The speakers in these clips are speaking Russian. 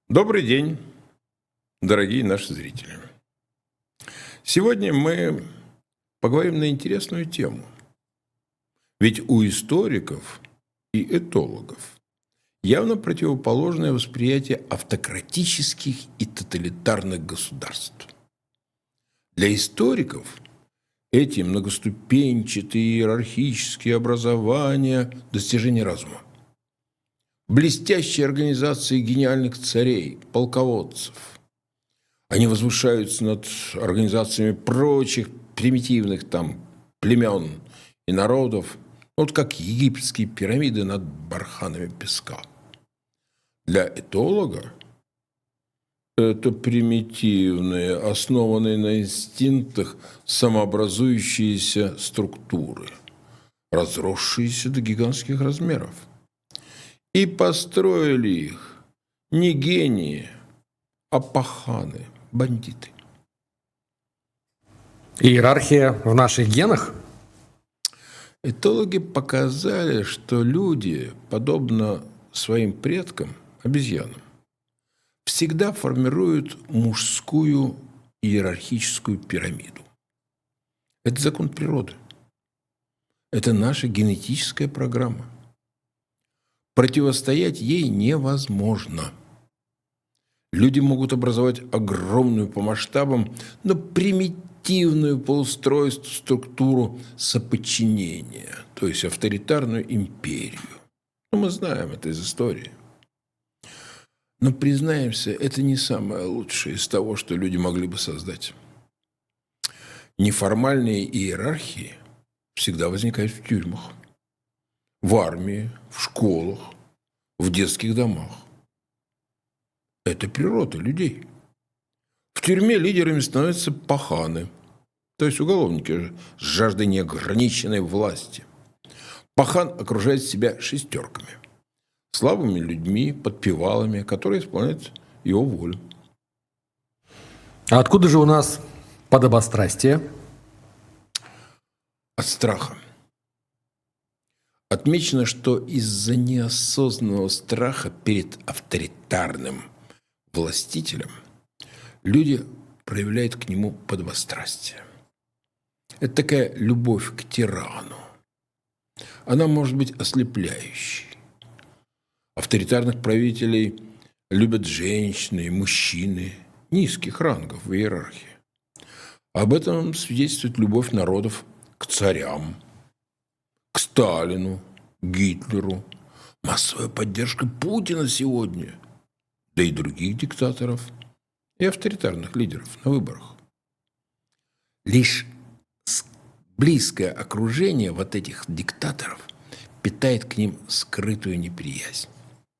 Добрый день, дорогие наши зрители. Сегодня мы поговорим на интересную тему. Ведь у историков и этологов явно противоположное восприятие автократических и тоталитарных государств. Для историков эти многоступенчатые иерархические образования – достижение разума. Блестящие организации гениальных царей, полководцев. Они возвышаются над организациями прочих примитивных племен и народов, вот как египетские пирамиды над барханами песка. Для этолога это примитивные, основанные на инстинктах самообразующиеся структуры, разросшиеся до гигантских размеров. И построили их не гении, а паханы, бандиты. Иерархия в наших генах? Этологи показали, что люди, подобно своим предкам, обезьянам, всегда формируют мужскую иерархическую пирамиду. Это закон природы. Это наша генетическая программа. Противостоять ей невозможно. Люди могут образовать огромную по масштабам, но примитивную по устройству структуру соподчинения, то есть авторитарную империю. Мы знаем это из истории. Но, признаемся, это не самое лучшее из того, что люди могли бы создать. Неформальные иерархии всегда возникают в тюрьмах, в армии, в школах, в детских домах. Это природа людей. В тюрьме лидерами становятся паханы, то есть уголовники с жаждой неограниченной власти. Пахан окружает себя шестерками, слабыми людьми, подпевалами, которые исполняют его волю. А откуда же у нас подобострастие? От страха. Отмечено, что из-за неосознанного страха перед авторитарным властителем люди проявляют к нему подобострастие. Это такая любовь к тирану. Она может быть ослепляющей. Авторитарных правителей любят женщины и мужчины низких рангов в иерархии. Об этом свидетельствует любовь народов к царям, к Сталину, Гитлеру, массовая поддержка Путина сегодня, да и других диктаторов и авторитарных лидеров на выборах. Лишь близкое окружение вот этих диктаторов питает к ним скрытую неприязнь.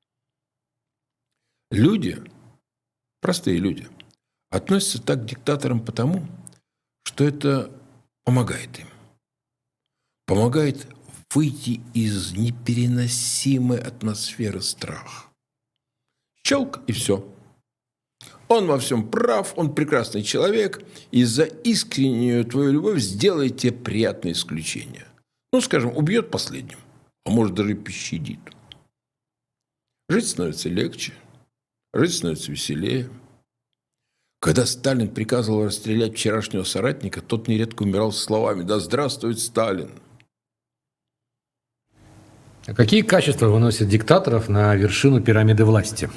Люди, простые люди, относятся так к диктаторам потому, что это помогает им. Помогает выйти из непереносимой атмосферы страха. Щелк и все. Он во всем прав, он прекрасный человек, и за искреннюю твою любовь сделает тебе приятное исключение. Скажем, убьет последним, а может даже и пощадит. Жить становится легче, жить становится веселее. Когда Сталин приказывал расстрелять вчерашнего соратника, тот нередко умирал со словами «Да здравствует Сталин!». А какие качества выносят диктаторов на вершину пирамиды власти?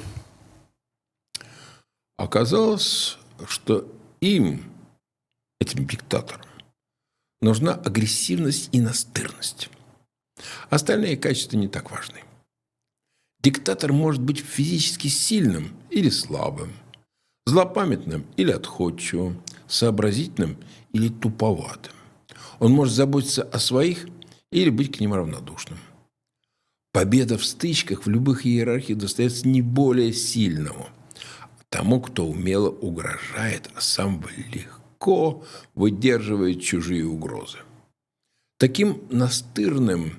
Оказалось, что им, этим диктаторам, нужна агрессивность и настырность. Остальные качества не так важны. Диктатор может быть физически сильным или слабым, злопамятным или отходчивым, сообразительным или туповатым. Он может заботиться о своих или быть к ним равнодушным. Победа в стычках в любых иерархиях достается не более сильному, тому, кто умело угрожает, а сам легко выдерживает чужие угрозы. Таким настырным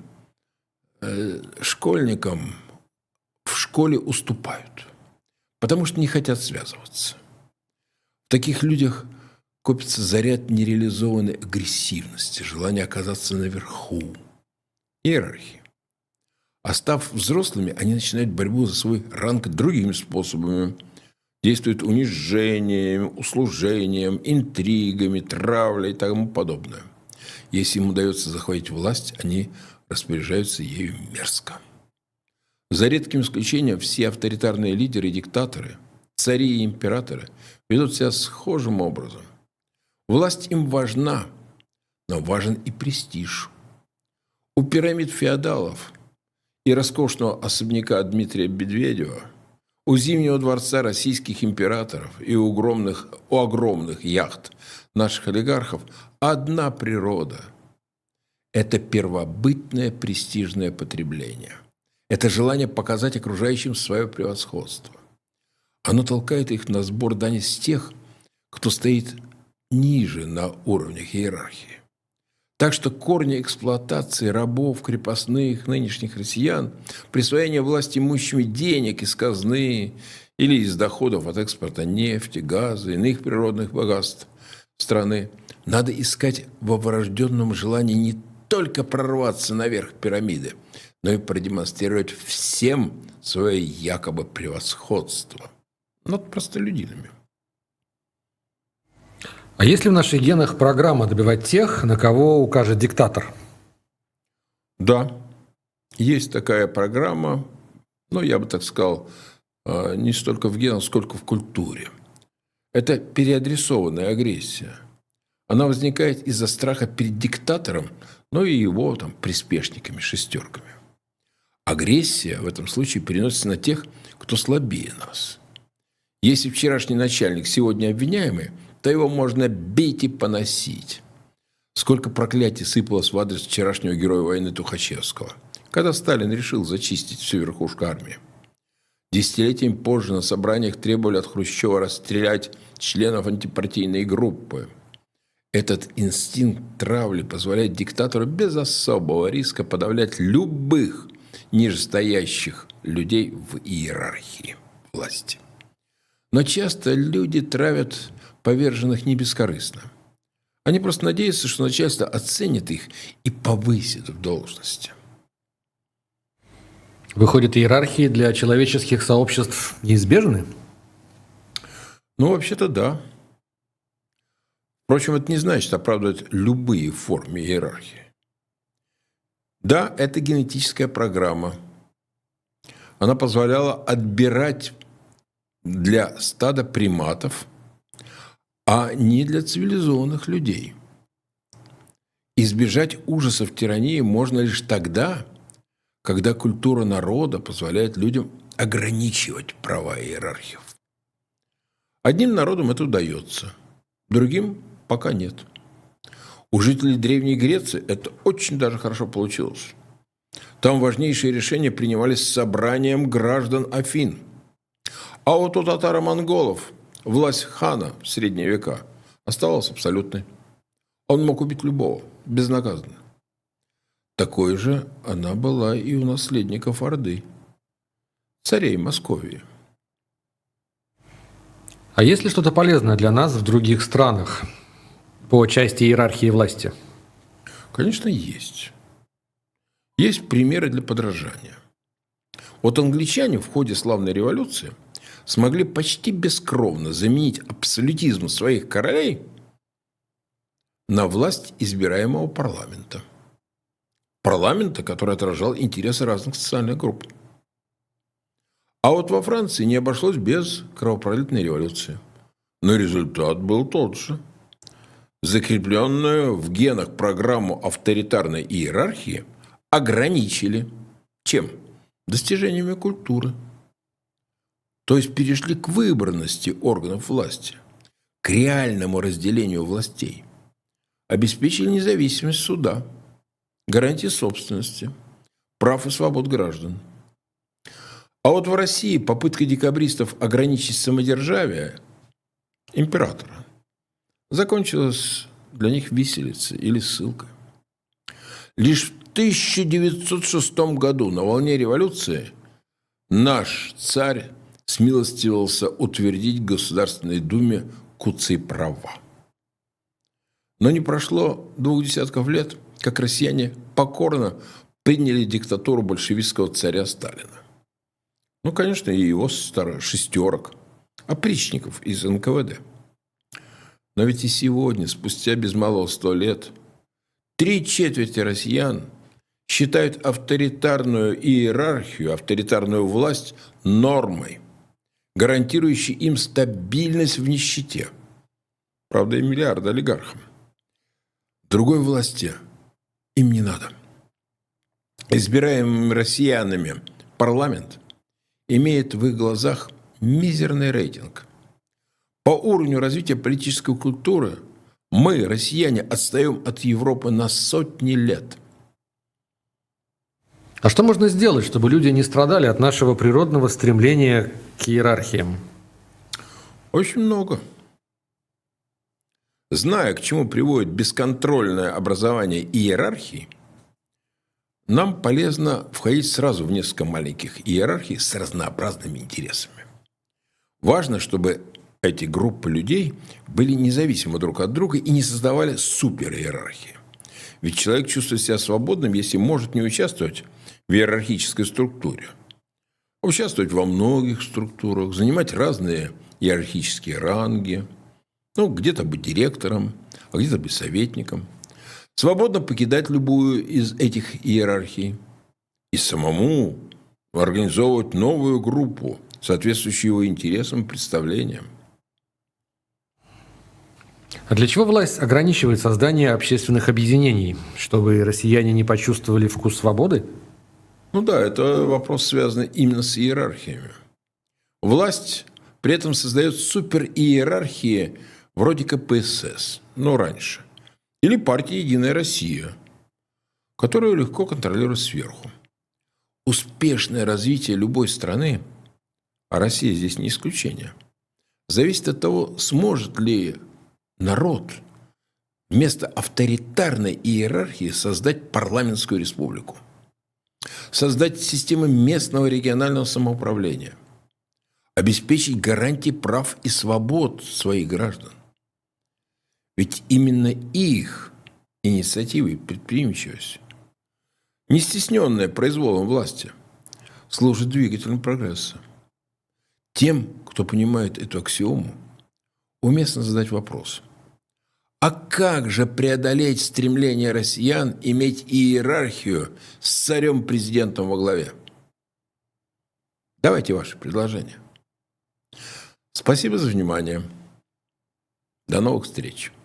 школьникам в школе уступают, потому что не хотят связываться. В таких людях копится заряд нереализованной агрессивности, желание оказаться наверху иерархии. А став взрослыми, они начинают борьбу за свой ранг другими способами. действуют унижением, услужением, интригами, травлей и тому подобное. Если им удается захватить власть, они распоряжаются ею мерзко. За редким исключением все авторитарные лидеры и диктаторы, цари и императоры ведут себя схожим образом. Власть им важна, но важен и престиж. У пирамид феодалов и роскошного особняка Дмитрия Медведева, у Зимнего дворца российских императоров и у огромных яхт наших олигархов одна природа – это первобытное престижное потребление. Это желание показать окружающим свое превосходство. Оно толкает их на сбор дани с тех, кто стоит ниже на уровнях иерархии. Так что корни эксплуатации рабов, крепостных, нынешних россиян, присвоение власти имущими денег из казны или из доходов от экспорта нефти, газа, иных природных богатств страны, надо искать во врожденном желании не только прорваться наверх пирамиды, но и продемонстрировать всем свое якобы превосходство над простолюдинами. А есть ли в наших генах программа добивать тех, на кого укажет диктатор? Да, есть такая программа, я бы так сказал, не столько в генах, сколько в культуре. Это переадресованная агрессия. Она возникает из-за страха перед диктатором, и его приспешниками, шестерками. Агрессия в этом случае переносится на тех, кто слабее нас. Если вчерашний начальник сегодня обвиняемый, то его можно бить и поносить. Сколько проклятий сыпалось в адрес вчерашнего героя войны Тухачевского, когда Сталин решил зачистить всю верхушку армии. Десятилетиями позже на собраниях требовали от Хрущева расстрелять членов антипартийной группы. Этот инстинкт травли позволяет диктатору без особого риска подавлять любых нижестоящих людей в иерархии власти. Но часто люди травят поверженных не бескорыстно. Они просто надеются, что начальство оценит их и повысит в должности. Выходит, иерархии для человеческих сообществ неизбежны? Вообще-то да. Впрочем, это не значит оправдывать любые формы иерархии. Да, это генетическая программа. Она позволяла отбирать для стада приматов, а не для цивилизованных людей. Избежать ужасов тирании можно лишь тогда, когда культура народа позволяет людям ограничивать права иерархов. Одним народам это удается, другим пока нет. У жителей Древней Греции это очень даже хорошо получилось. Там важнейшие решения принимались собранием граждан Афин. А вот у татаро-монголов власть хана в средние века оставалась абсолютной. Он мог убить любого, безнаказанно. Такой же она была и у наследников Орды, царей Московии. А есть ли что-то полезное для нас в других странах по части иерархии власти? Конечно, есть. Есть примеры для подражания. Вот англичане в ходе славной революции смогли почти бескровно заменить абсолютизм своих королей на власть избираемого парламента. Парламента, который отражал интересы разных социальных групп. А вот во Франции не обошлось без кровопролитной революции. Но результат был тот же. Закрепленную в генах программу авторитарной иерархии ограничили. Чем? Достижениями культуры. То есть перешли к выборности органов власти, к реальному разделению властей. Обеспечили независимость суда, гарантии собственности, прав и свобод граждан. А вот в России попытка декабристов ограничить самодержавие императора закончилась для них виселицей или ссылкой. Лишь в 1906 году на волне революции наш царь смилостивился утвердить в Государственной Думе куцый-права. Но не прошло 20 лет, как россияне покорно приняли диктатуру большевистского царя Сталина. Конечно, и его шестерок, опричников из НКВД. Но ведь и сегодня, спустя без малого 100 лет, 3/4 россиян считают авторитарную иерархию, авторитарную власть нормой, гарантирующей им стабильность в нищете. Правда, и миллиарды олигархам. Другой власти им не надо. Избираемым россиянами парламент имеет в их глазах мизерный рейтинг. По уровню развития политической культуры мы, россияне, отстаем от Европы на сотни лет. А что можно сделать, чтобы люди не страдали от нашего природного стремления к иерархиям? Очень много. Зная, к чему приводит бесконтрольное образование иерархии, нам полезно входить сразу в несколько маленьких иерархий с разнообразными интересами. Важно, чтобы эти группы людей были независимы друг от друга и не создавали супериерархии. Ведь человек чувствует себя свободным, если может не участвовать в иерархической структуре. Участвовать во многих структурах, занимать разные иерархические ранги, где-то быть директором, а где-то быть советником. Свободно покидать любую из этих иерархий и самому организовывать новую группу, соответствующую его интересам и представлениям. А для чего власть ограничивает создание общественных объединений? Чтобы россияне не почувствовали вкус свободы? Это вопрос, связанный именно с иерархиями. Власть при этом создает супериерархии вроде КПСС, раньше. Или партии «Единая Россия», которую легко контролируют сверху. Успешное развитие любой страны, а Россия здесь не исключение, зависит от того, сможет ли народ вместо авторитарной иерархии создать парламентскую республику, создать систему местного регионального самоуправления, обеспечить гарантии прав и свобод своих граждан. Ведь именно их инициатива и предприимчивость, не стесненная произволом власти, служит двигателем прогресса. Тем, кто понимает эту аксиому, уместно задать вопрос: а как же преодолеть стремление россиян иметь иерархию с царем-президентом во главе? Давайте ваши предложения. Спасибо за внимание. До новых встреч.